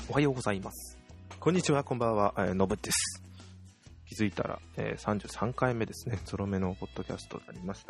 おはようございます。こんにちは、こんばんは、のぶです。気づいたら、33回目ですね。ゾロ目のポッドキャストになりました。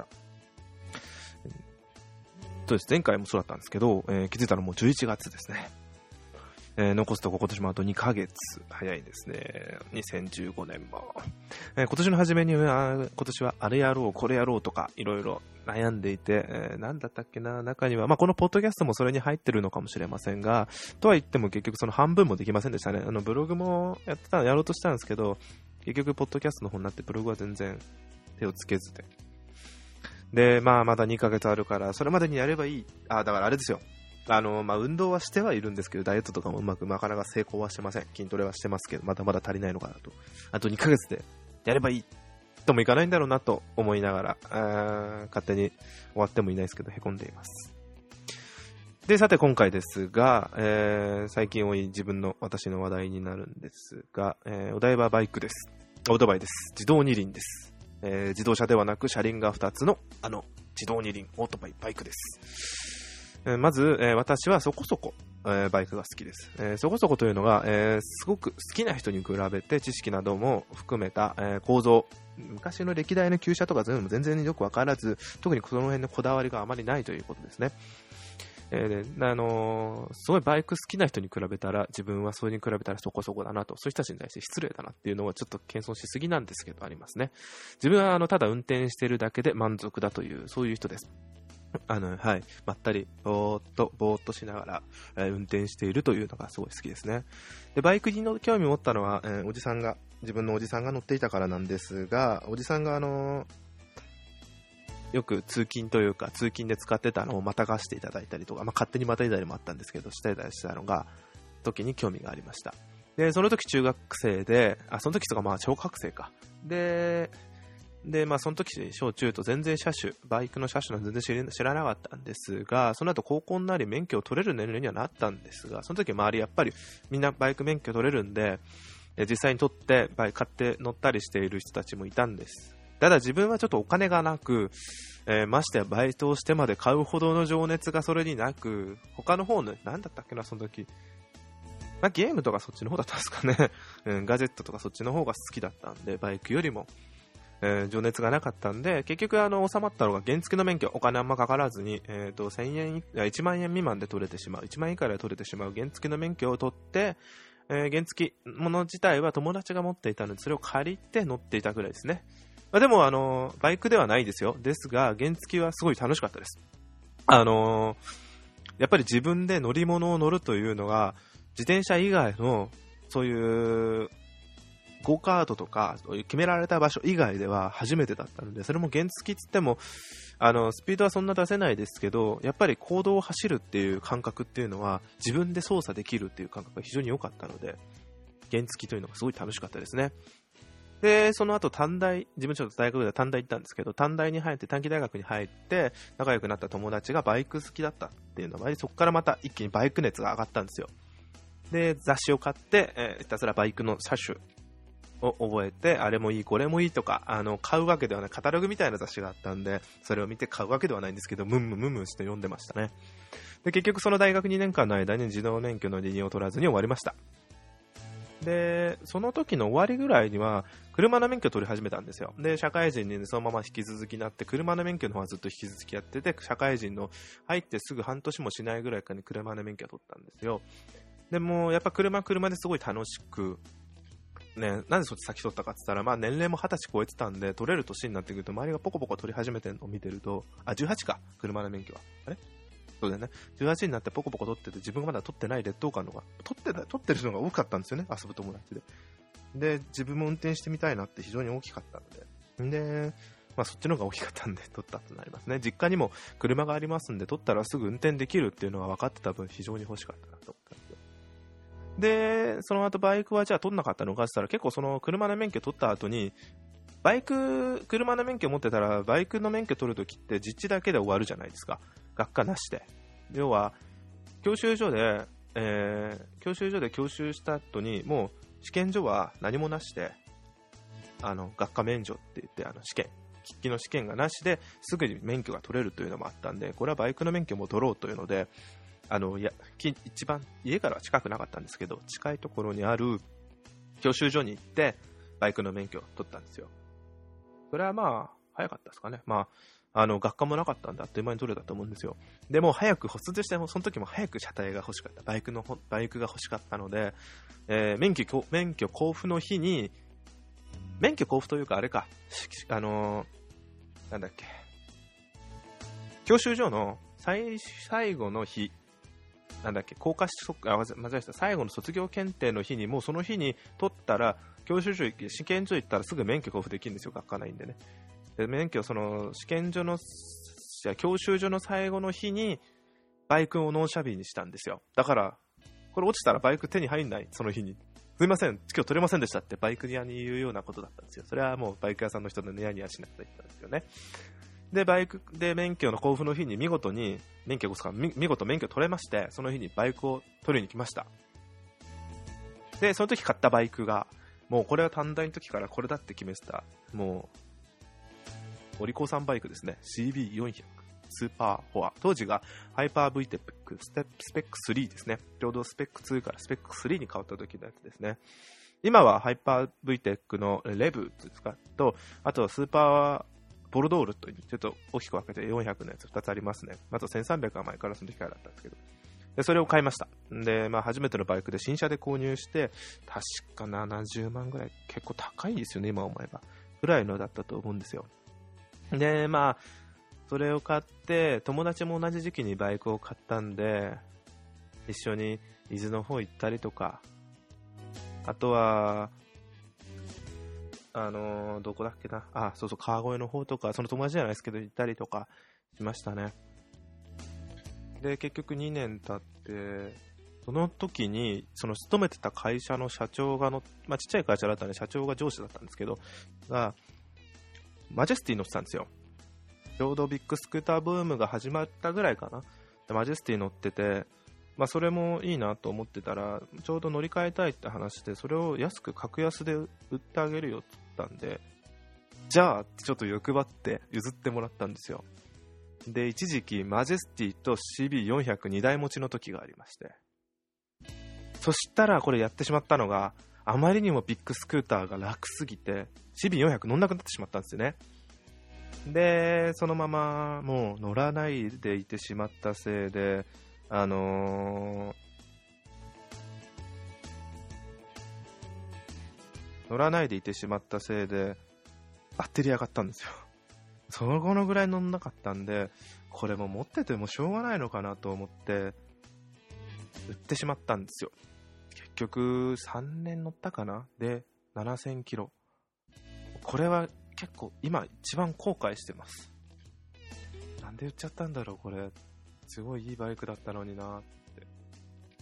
そうです。前回もそうだったんですけど、気づいたらもう11月ですね。残すとこ今年もあと2ヶ月早いですね。2015年も。今年の初めには、今年はあれやろう、これやろうとか、いろいろ悩んでいて、なんだったっけな、中には、このポッドキャストもそれに入ってるのかもしれませんが、とは言っても結局その半分もできませんでしたね。ブログもやろうとしたんですけど、結局ポッドキャストの方になってブログは全然手をつけずで。で、まだ2ヶ月あるから、それまでにやればいい。だからあれですよ。運動はしてはいるんですけど、ダイエットとかもなかなか成功はしてません。筋トレはしてますけど、まだまだ足りないのかなと。あと2ヶ月でやればいいともいかないんだろうなと思いながら、勝手に終わってもいないですけど、凹んでいます。で、さて今回ですが、最近多い私の話題になるんですが、お題はバイクです。オートバイです。自動二輪です。自動車ではなく車輪が2つの自動二輪オートバイ、バイクです。まず、私はそこそこ、バイクが好きです。そこそこというのが、すごく好きな人に比べて知識なども含めた、構造、昔の歴代の旧車とか全然よくわからず、特にその辺のこだわりがあまりないということですね。すごいバイク好きな人に比べたら、自分はそれに比べたらそこそこだなと、そういう人たちに対して失礼だなっていうのはちょっと謙遜しすぎなんですけどありますね。自分はただ運転しているだけで満足だという、そういう人です。はい、まったりぼーっとしながら、運転しているというのがすごい好きですね。で、バイクに興味を持ったのは、自分のおじさんが乗っていたからなんですが、おじさんがよく通勤で使ってたのをまたがしていただいたりとか、勝手にまたいだりもあったんですけど、してたりしたのが時に興味がありました。で、その時中学生で、その時とか小学生か。で、その時、小中と全然バイクの車種なんて全然知らなかったんですが、その後高校になり免許を取れる年齢にはなったんですが、その時周りやっぱりみんなバイク免許取れるんで、実際に取って買って乗ったりしている人たちもいたんです。ただ自分はちょっとお金がなく、ましてやバイトをしてまで買うほどの情熱がそれになく、他の方の、なんだったっけな、その時。ゲームとかそっちの方だったんですかね。ガジェットとかそっちの方が好きだったんで、バイクよりも。情熱がなかったんで、結局収まったのが原付の免許、お金あんまかからずに、1万円未満で取れてしまう、1万円以下で取れてしまう原付の免許を取って、原付もの自体は友達が持っていたので、それを借りて乗っていたぐらいですね。でもバイクではないですよ。ですが、原付はすごい楽しかったです。やっぱり自分で乗り物を乗るというのが、自転車以外の、そういう、ゴーカートとか決められた場所以外では初めてだったので、それも原付つってもスピードはそんな出せないですけど、やっぱり公道を走るっていう感覚っていうのは自分で操作できるっていう感覚が非常に良かったので、原付というのがすごい楽しかったですね。で、その後自分ちょっと大学で短大行ったんですけど、短期大学に入って仲良くなった友達がバイク好きだったっていうのは、そこからまた一気にバイク熱が上がったんですよ。で、雑誌を買って、ひたすらバイクの車種を覚えて、あれもいいこれもいいとか買うわけではない、カタログみたいな雑誌があったんで、それを見て買うわけではないんですけど、ムンムンして読んでましたね。で、結局その大学2年間の間に自動免許の離任を取らずに終わりました。で、その時の終わりぐらいには車の免許を取り始めたんですよ。で、社会人にそのまま引き続きなって、車の免許の方はずっと引き続きやってて、社会人の入ってすぐ半年もしないぐらいかに車の免許を取ったんですよ。でもやっぱ車ですごい楽しくね、なんでそっち先取ったかって言ったら、年齢も20歳超えてたんで、取れる年になってくると、周りがポコポコ取り始めてるのを見てると、18か、車の免許は。あれそうだよね。18になってポコポコ取ってて、自分がまだ取ってない劣等感のが、取ってる人が多かったんですよね、遊ぶ友達で。で、自分も運転してみたいなって非常に大きかったので。で、そっちの方が大きかったんで、取ったとなりますね。実家にも車がありますんで、取ったらすぐ運転できるっていうのは分かってた分、非常に欲しかったなと思ったんですよ。で、その後バイクはじゃあ取んなかったのかって言ったら、結構その車の免許取った後に、車の免許持ってたら、バイクの免許取るときって実地だけで終わるじゃないですか。学科なしで。要は、教習所で教習した後に、もう試験所は何もなしで、学科免除って言って、筆記の試験がなしですぐに免許が取れるというのもあったんで、これはバイクの免許も取ろうというので、 一番家からは近くなかったんですけど、近いところにある教習所に行ってバイクの免許を取ったんですよ。それはまあ早かったですかね。学科もなかったんであっという間に取れたと思うんですよ。でも早く卒業してもその時も早く車体が欲しかった、バイクが欲しかったので、免許交付の日に、免許交付というかあれか、なんだっけ、教習所の最後の日、なんだっけ、最後の卒業検定の日に、もうその日に取ったら、教習所行って、試験所行ったらすぐ免許交付できるんですよ、学科内んでね。で、免許、教習所の最後の日に、バイクを納車日にしたんですよ。だから、これ落ちたらバイク手に入んない、その日に。すいません、今日取れませんでしたってバイク屋に言うようなことだったんですよ。それはもうバイク屋さんの人でニヤニヤしなくて言ったんですよね。で、バイクで免許の交付の日に見事免許取れまして、その日にバイクを取りに来ました。で、その時買ったバイクが、もうこれは短大の時からこれだって決めてた、もう、オリコさんバイクですね。CB400 スーパーフォア。当時がハイパー VTEC スペック3ですね。ちょうどスペック2からスペック3に変わった時のやつですね。今はハイパー VTEC のレブですかと、あとスーパーボルドールとちょっと大きく分けて400のやつ2つありますね。あと1300は前からその時からだったんですけど。で、それを買いました。で、初めてのバイクで新車で購入して、確か70万ぐらい、結構高いですよね、今思えば。ぐらいのだったと思うんですよ。で、それを買って、友達も同じ時期にバイクを買ったんで、一緒に伊豆の方行ったりとか、あとは、どこだっけな、そうそう、川越の方とか、その友達じゃないですけど、行ったりとかしましたね。で、結局2年経って、その時に、勤めてた会社の社長がちっちゃい会社だったんで、社長が上司だったんですけど、マジェスティ乗ってたんですよ。ちょうどビッグスクーターブームが始まったぐらいかな。でマジェスティ乗ってて、それもいいなと思ってたら、ちょうど乗り換えたいって話で、それを格安で売ってあげるよって言ったんで、じゃあちょっと欲張って譲ってもらったんですよ。で、一時期マジェスティと CB400 台持ちの時がありまして、そしたらこれやってしまったのが、あまりにもビッグスクーターが楽すぎて CB400 乗んなくなってしまったんですよね。で、そのままもう乗らないでいてしまったせいで、乗らないでいてしまったせいでバッテリー上がったんですよ。そのぐらい乗んなかったんで、これも持っててもしょうがないのかなと思って売ってしまったんですよ。結局3年乗ったかな。で7000キロ。これは結構今一番後悔してます。なんで売っちゃったんだろう、これ。すごいいいバイクだったのになって。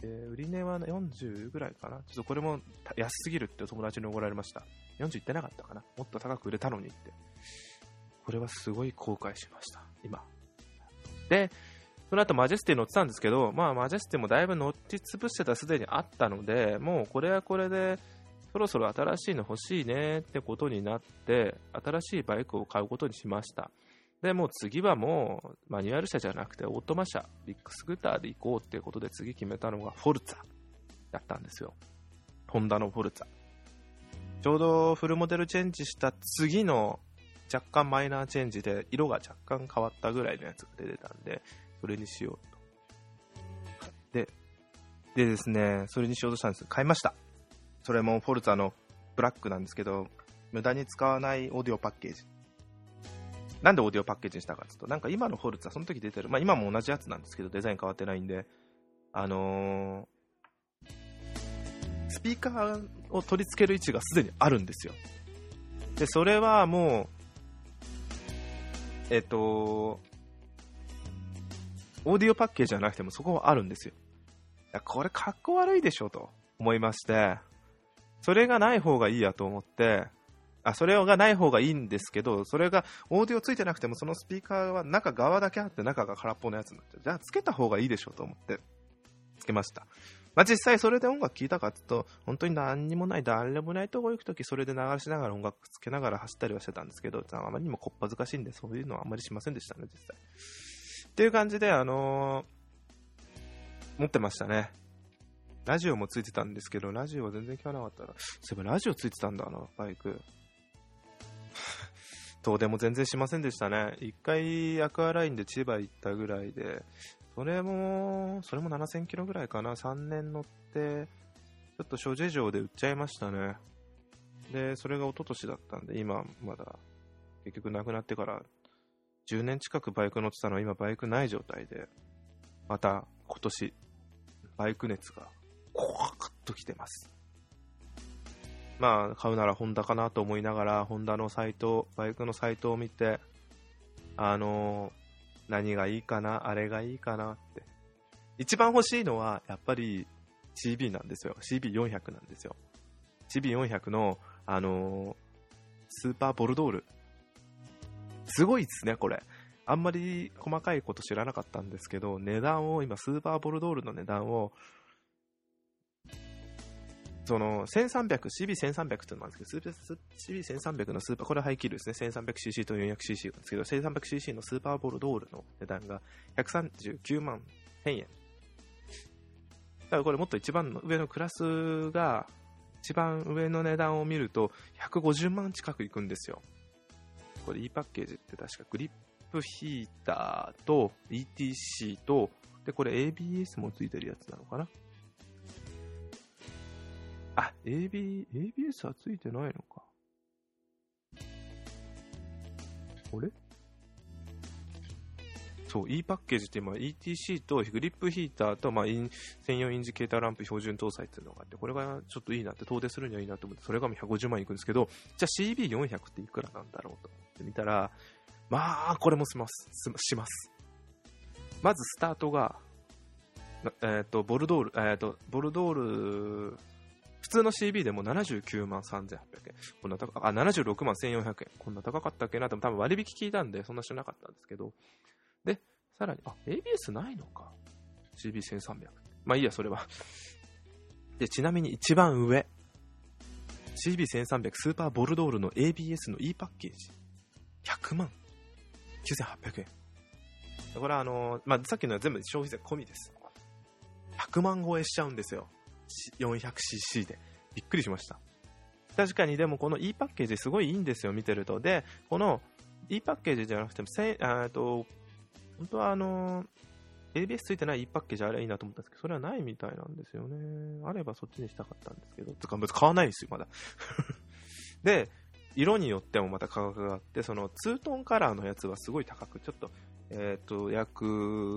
売り値は40ぐらいかな。ちょっとこれも安すぎるって友達に怒られました。40いってなかったかな。もっと高く売れたのにって。これはすごい後悔しました、今。で、その後マジェスティ乗ってたんですけど、マジェスティもだいぶ乗り潰してたすでにあったので、もうこれはこれで、そろそろ新しいの欲しいねってことになって、新しいバイクを買うことにしました。で、もう次はもうマニュアル車じゃなくてオートマ車、ビッグスクーターで行こうっていうことで次決めたのがフォルツァだったんですよ。ホンダのフォルツァ。ちょうどフルモデルチェンジした次の若干マイナーチェンジで色が若干変わったぐらいのやつが出てたんで、それにしようと。でですね、それにしようとしたんです。買いました。それもフォルツァのブラックなんですけど、無駄に使わないオーディオパッケージ。なんでオーディオパッケージにしたかっていうと、なんか今のフォルツァ、その時出てる、今も同じやつなんですけど、デザイン変わってないんで、スピーカーを取り付ける位置がすでにあるんですよ。で、それはもう、オーディオパッケージじゃなくてもそこはあるんですよ。いや、これかっこ悪いでしょと思いまして、それがない方がいいやと思って、それがない方がいいんですけど、それがオーディオついてなくてもそのスピーカーは中側だけあって中が空っぽのやつになっちゃう。じゃあつけた方がいいでしょと思ってつけました。実際それで音楽聴いたかって言うと、本当に何にもない、誰もないとこ行くときそれで流しながら音楽つけながら走ったりはしてたんですけど、あまりにもこっぱずかしいんでそういうのはあんまりしませんでしたね、実際。っていう感じで持ってましたね。ラジオもついてたんですけど、ラジオは全然聞かなかったな。そういえばラジオついてたんだな、バイク。遠出も全然しませんでしたね。一回アクアラインで千葉行ったぐらいで、それも7000キロぐらいかな。3年乗って、ちょっと諸事情で売っちゃいましたね。で、それが一昨年だったんで、今まだ、結局なくなってから10年近くバイク乗ってたのは今バイクない状態で、また今年、バイク熱がコワッときてます。まあ、買うならホンダかなと思いながら、ホンダのサイト、バイクのサイトを見て、何がいいかな、あれがいいかなって。一番欲しいのは、やっぱり CB なんですよ。CB400 なんですよ。CB400 の、スーパーボルドール。すごいですね、これ。あんまり細かいこと知らなかったんですけど、値段を、今、スーパーボルドールの値段を、その CB1300 っていうのもあるんですけど、CB1300 のスーパー、これは排気量ですね。1300cc と 400cc なんですけど、1300cc のスーパーボルドールの値段が139万1000円。だからこれもっと一番の上のクラスが、一番上の値段を見ると150万近くいくんですよ。これ E パッケージって確かグリップヒーターと ETC と、で、これ ABS もついてるやつなのかな。あ、ABS はついてないのか。これそう、E パッケージって今 ETC とグリップヒーターと、専用インジケーターランプ標準搭載っていうのがあって、これがちょっといいなって、遠出するにはいいなと思って、それが150万いくんですけど、じゃあ CB400 っていくらなんだろうと思ってみたら、まあ、これもします。まずスタートが、ボルドール、普通の CB でも79万3800円。こんな高76万1400円。こんな高かったっけなと、多分割引聞いたんで、そんな知らなかったんですけど。で、さらに、ABS ないのか。CB1300。まあいいや、それは。で、ちなみに一番上。CB1300 スーパーボルドールの ABS の E パッケージ。100万9800円。これはさっきのは全部消費税込みです。100万超えしちゃうんですよ。400cc で。びっくりしました。確かにでもこの E パッケージすごいいいんですよ、見てると。で、この E パッケージじゃなくても、本当はABS ついてない E パッケージあれいいなと思ったんですけど、それはないみたいなんですよね。あればそっちにしたかったんですけど、つか別に買わないですよ、まだ。で、色によってもまた価格があって、そのツートンカラーのやつはすごい高く、ちょっと、約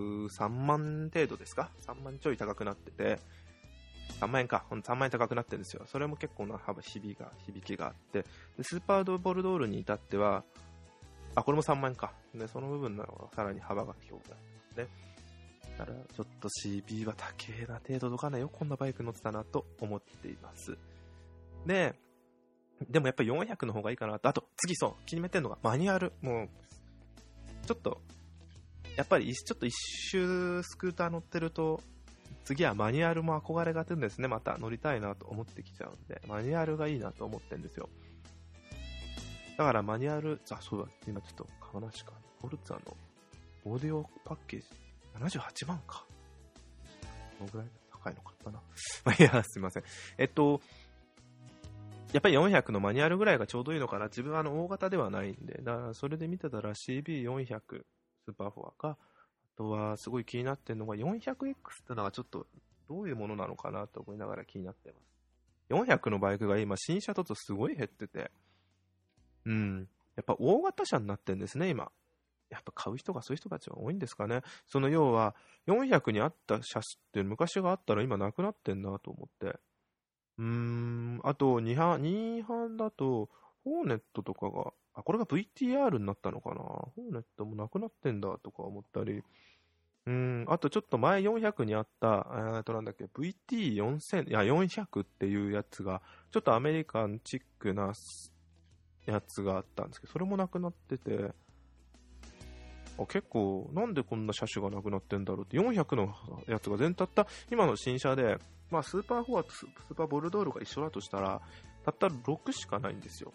3万程度ですか ?3 万ちょい高くなってて、3万円か。3万円高くなってるんですよ。それも結構な響きがあって、でスーパーボルドールに至っては、これも3万円か。で、その部分のさらに幅が広くなってますね。だから、ちょっと CB は高えな程度とかね、よくこんなバイク乗ってたなと思っています。でもやっぱり400の方がいいかなと。あと、次決めてるのがマニュアル。もう、ちょっと、やっぱりちょっと一周スクーター乗ってると、次はマニュアルも憧れが出るんですね。また乗りたいなと思ってきちゃうんで、マニュアルがいいなと思ってるんですよ。だからマニュアル、そうだ、今ちょっと話か。フォルツァのオーディオパッケージ、78万か。このぐらい高いのかったな。いや、すいません。やっぱり400のマニュアルぐらいがちょうどいいのかな。自分は大型ではないんで、だからそれで見てたら CB400 スーパーフォアか、あとはすごい気になってるのが 400X ってのがちょっとどういうものなのかなと思いながら気になってます。400のバイクが今新車だとすごい減ってて、やっぱ大型車になってるんですね、今。やっぱ買う人がそういう人たちは多いんですかね。その要は400にあった車種って昔があったら今なくなってんなと思って。あと2班だとホーネットとかが、これが VTR になったのかな。ホーネットもなくなってんだとか思ったり、あとちょっと前400にあった、なんだっけ、VT4000、400っていうやつが、ちょっとアメリカンチックなやつがあったんですけど、それもなくなってて、結構、なんでこんな車種がなくなってんだろうって、400のやつがたった、今の新車で、スーパーフォアとスーパーボルドールが一緒だとしたら、たった6しかないんですよ。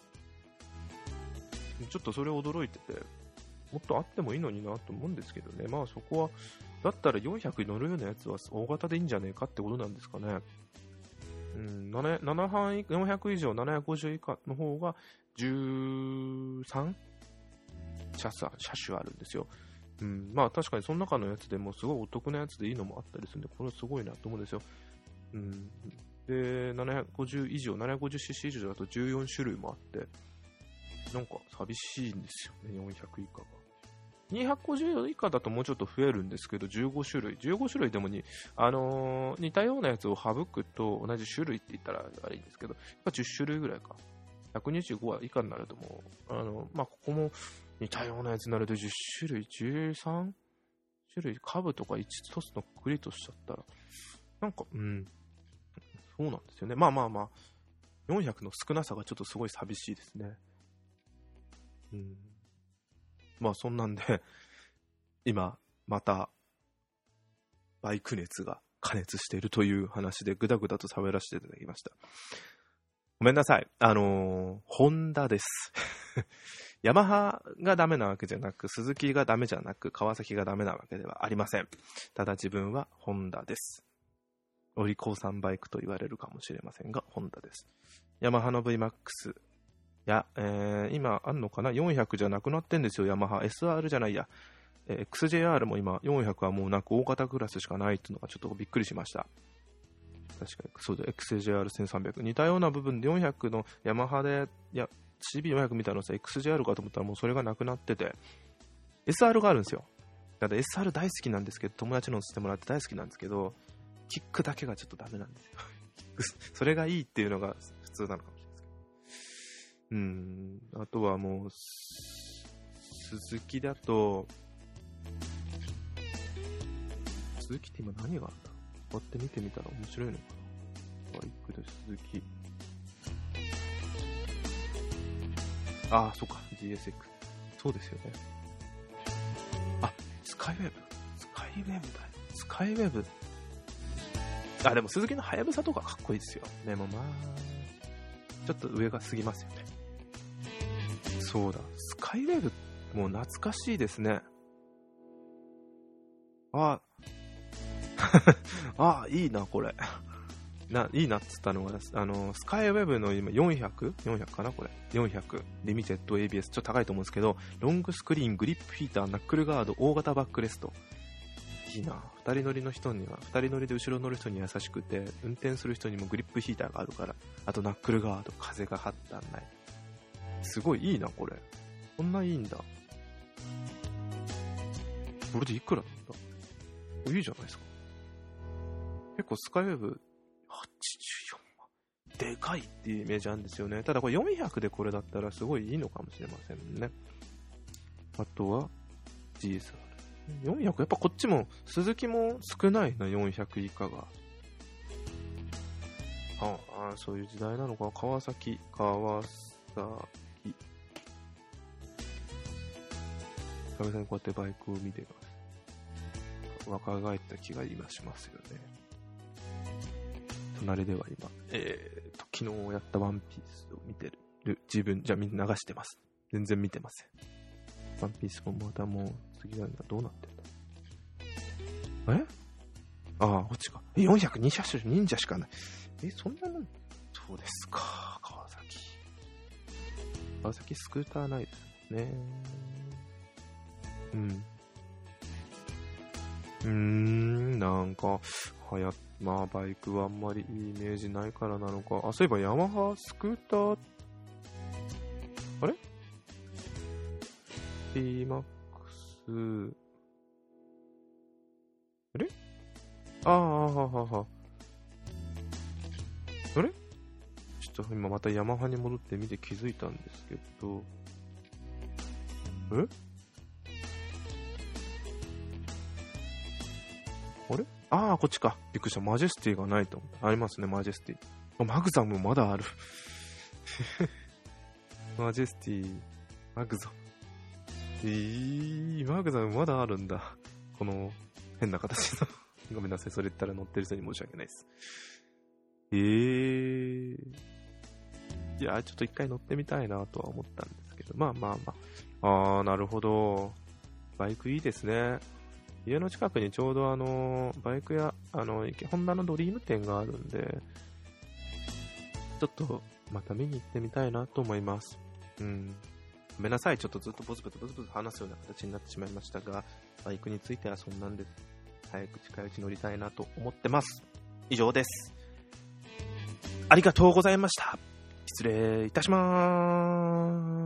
ちょっとそれ驚いてて、もっとあってもいいのになと思うんですけどね。そこはだったら400乗るようなやつは大型でいいんじゃねえかってことなんですかね。7班400以上750以下の方が13車種あるんですよ。まあ確かにその中のやつでもすごいお得なやつでいいのもあったりするんで、これすごいなと思うんですよ。で、750以上、750cc 以上だと14種類もあって、なんか寂しいんですよね、400以下が。250以下だともうちょっと増えるんですけど、15種類でも似たようなやつを省くと同じ種類って言ったら悪いんですけど、やっぱ10種類ぐらいか。125は以下になるともう、ここも似たようなやつになると10種類、13種類、株とか1つのくくりとしちゃったら、なんか、そうなんですよね。400の少なさがちょっとすごい寂しいですね。そんなんで、今、また、バイク熱が加熱しているという話で、ぐだぐだと喋らせていただきました。ごめんなさい。ホンダです。ヤマハがダメなわけじゃなく、スズキがダメじゃなく、川崎がダメなわけではありません。ただ自分はホンダです。お利口さんバイクと言われるかもしれませんが、ホンダです。ヤマハの VMAX や、今あんのかな ?400 じゃなくなってんですよ、ヤマハ。SR じゃないや。XJR も今、400はもうなく大型クラスしかないっていうのがちょっとびっくりしました。確かに、そうだ、XJR1300。似たような部分で400のヤマハで、CB400 みたいなのさ、XJR かと思ったらもうそれがなくなってて、SR があるんですよ。だから SR 大好きなんですけど、友達の乗せてもらって大好きなんですけど、キックだけがちょっとダメなんですよ。それがいいっていうのが普通なのかもしれないですけど。あとはもう、鈴木だと、鈴木って今何があるんだろう。こうやって見てみたら面白いのかな。バイクで鈴木。そっか、GSX。そうですよね。スカイウェブだよ。スカイウェブ。でも鈴木のハヤブサとかかっこいいですよ。でもちょっと上が過ぎますよね。そうだ、スカイウェブもう懐かしいですね。いいな、これ。いいなっつったのが、スカイウェブの今400かなこれ。400、リミテッド ABS、ちょっと高いと思うんですけど、ロングスクリーン、グリップヒーター、ナックルガード、大型バックレスト。いいな。2人乗りの人には、2人乗りで後ろ乗る人に優しくて、運転する人にもグリップヒーターがあるから、あとナックルガード、風が張ったんない。すごいいいな、これ。こんないいんだ。これでいくらなんだ？いいじゃないですか。結構スカイウェブ、84万。でかいっていうイメージあるんですよね。ただこれ400でこれだったらすごいいいのかもしれませんね。あとは GSR。400、やっぱこっちも、鈴木も少ないな、400以下が。そういう時代なのか。川崎。久々にこうやってバイクを見てます。若返った気が今しますよね。隣では今、昨日やったワンピースを見てる自分、じゃあみんな流してます。全然見てません。ワンピースもまたもう次はどうなってんだ。こっちか。402車種忍者しかない。そんなの。そうですか。川崎スクーターないですね。なんかバイクはあんまりいいイメージないからなのか。そういえばヤマハスクーター、あれ ?T-Max、あれあれちょっと今またヤマハに戻って見て気づいたんですけど、あれこっちか。びっくりした。マジェスティがないと思った。ありますね、マジェスティ。マグザムまだある。マジェスティ、マグザム。マグザムまだあるんだ。この変な形の。ごめんなさい、それ言ったら乗ってる人に申し訳ないです。いや、ちょっと一回乗ってみたいなとは思ったんですけど、なるほど。バイクいいですね。 家の近くにちょうどバイクや、ホンダのドリーム店があるんで、ちょっとまた見に行ってみたいなと思います。ごめんなさい、ちょっとずっとボツボツ話すような形になってしまいましたが、バイクについてはそんなんです。早く近いうち乗りたいなと思ってます。以上です。ありがとうございました。失礼いたします。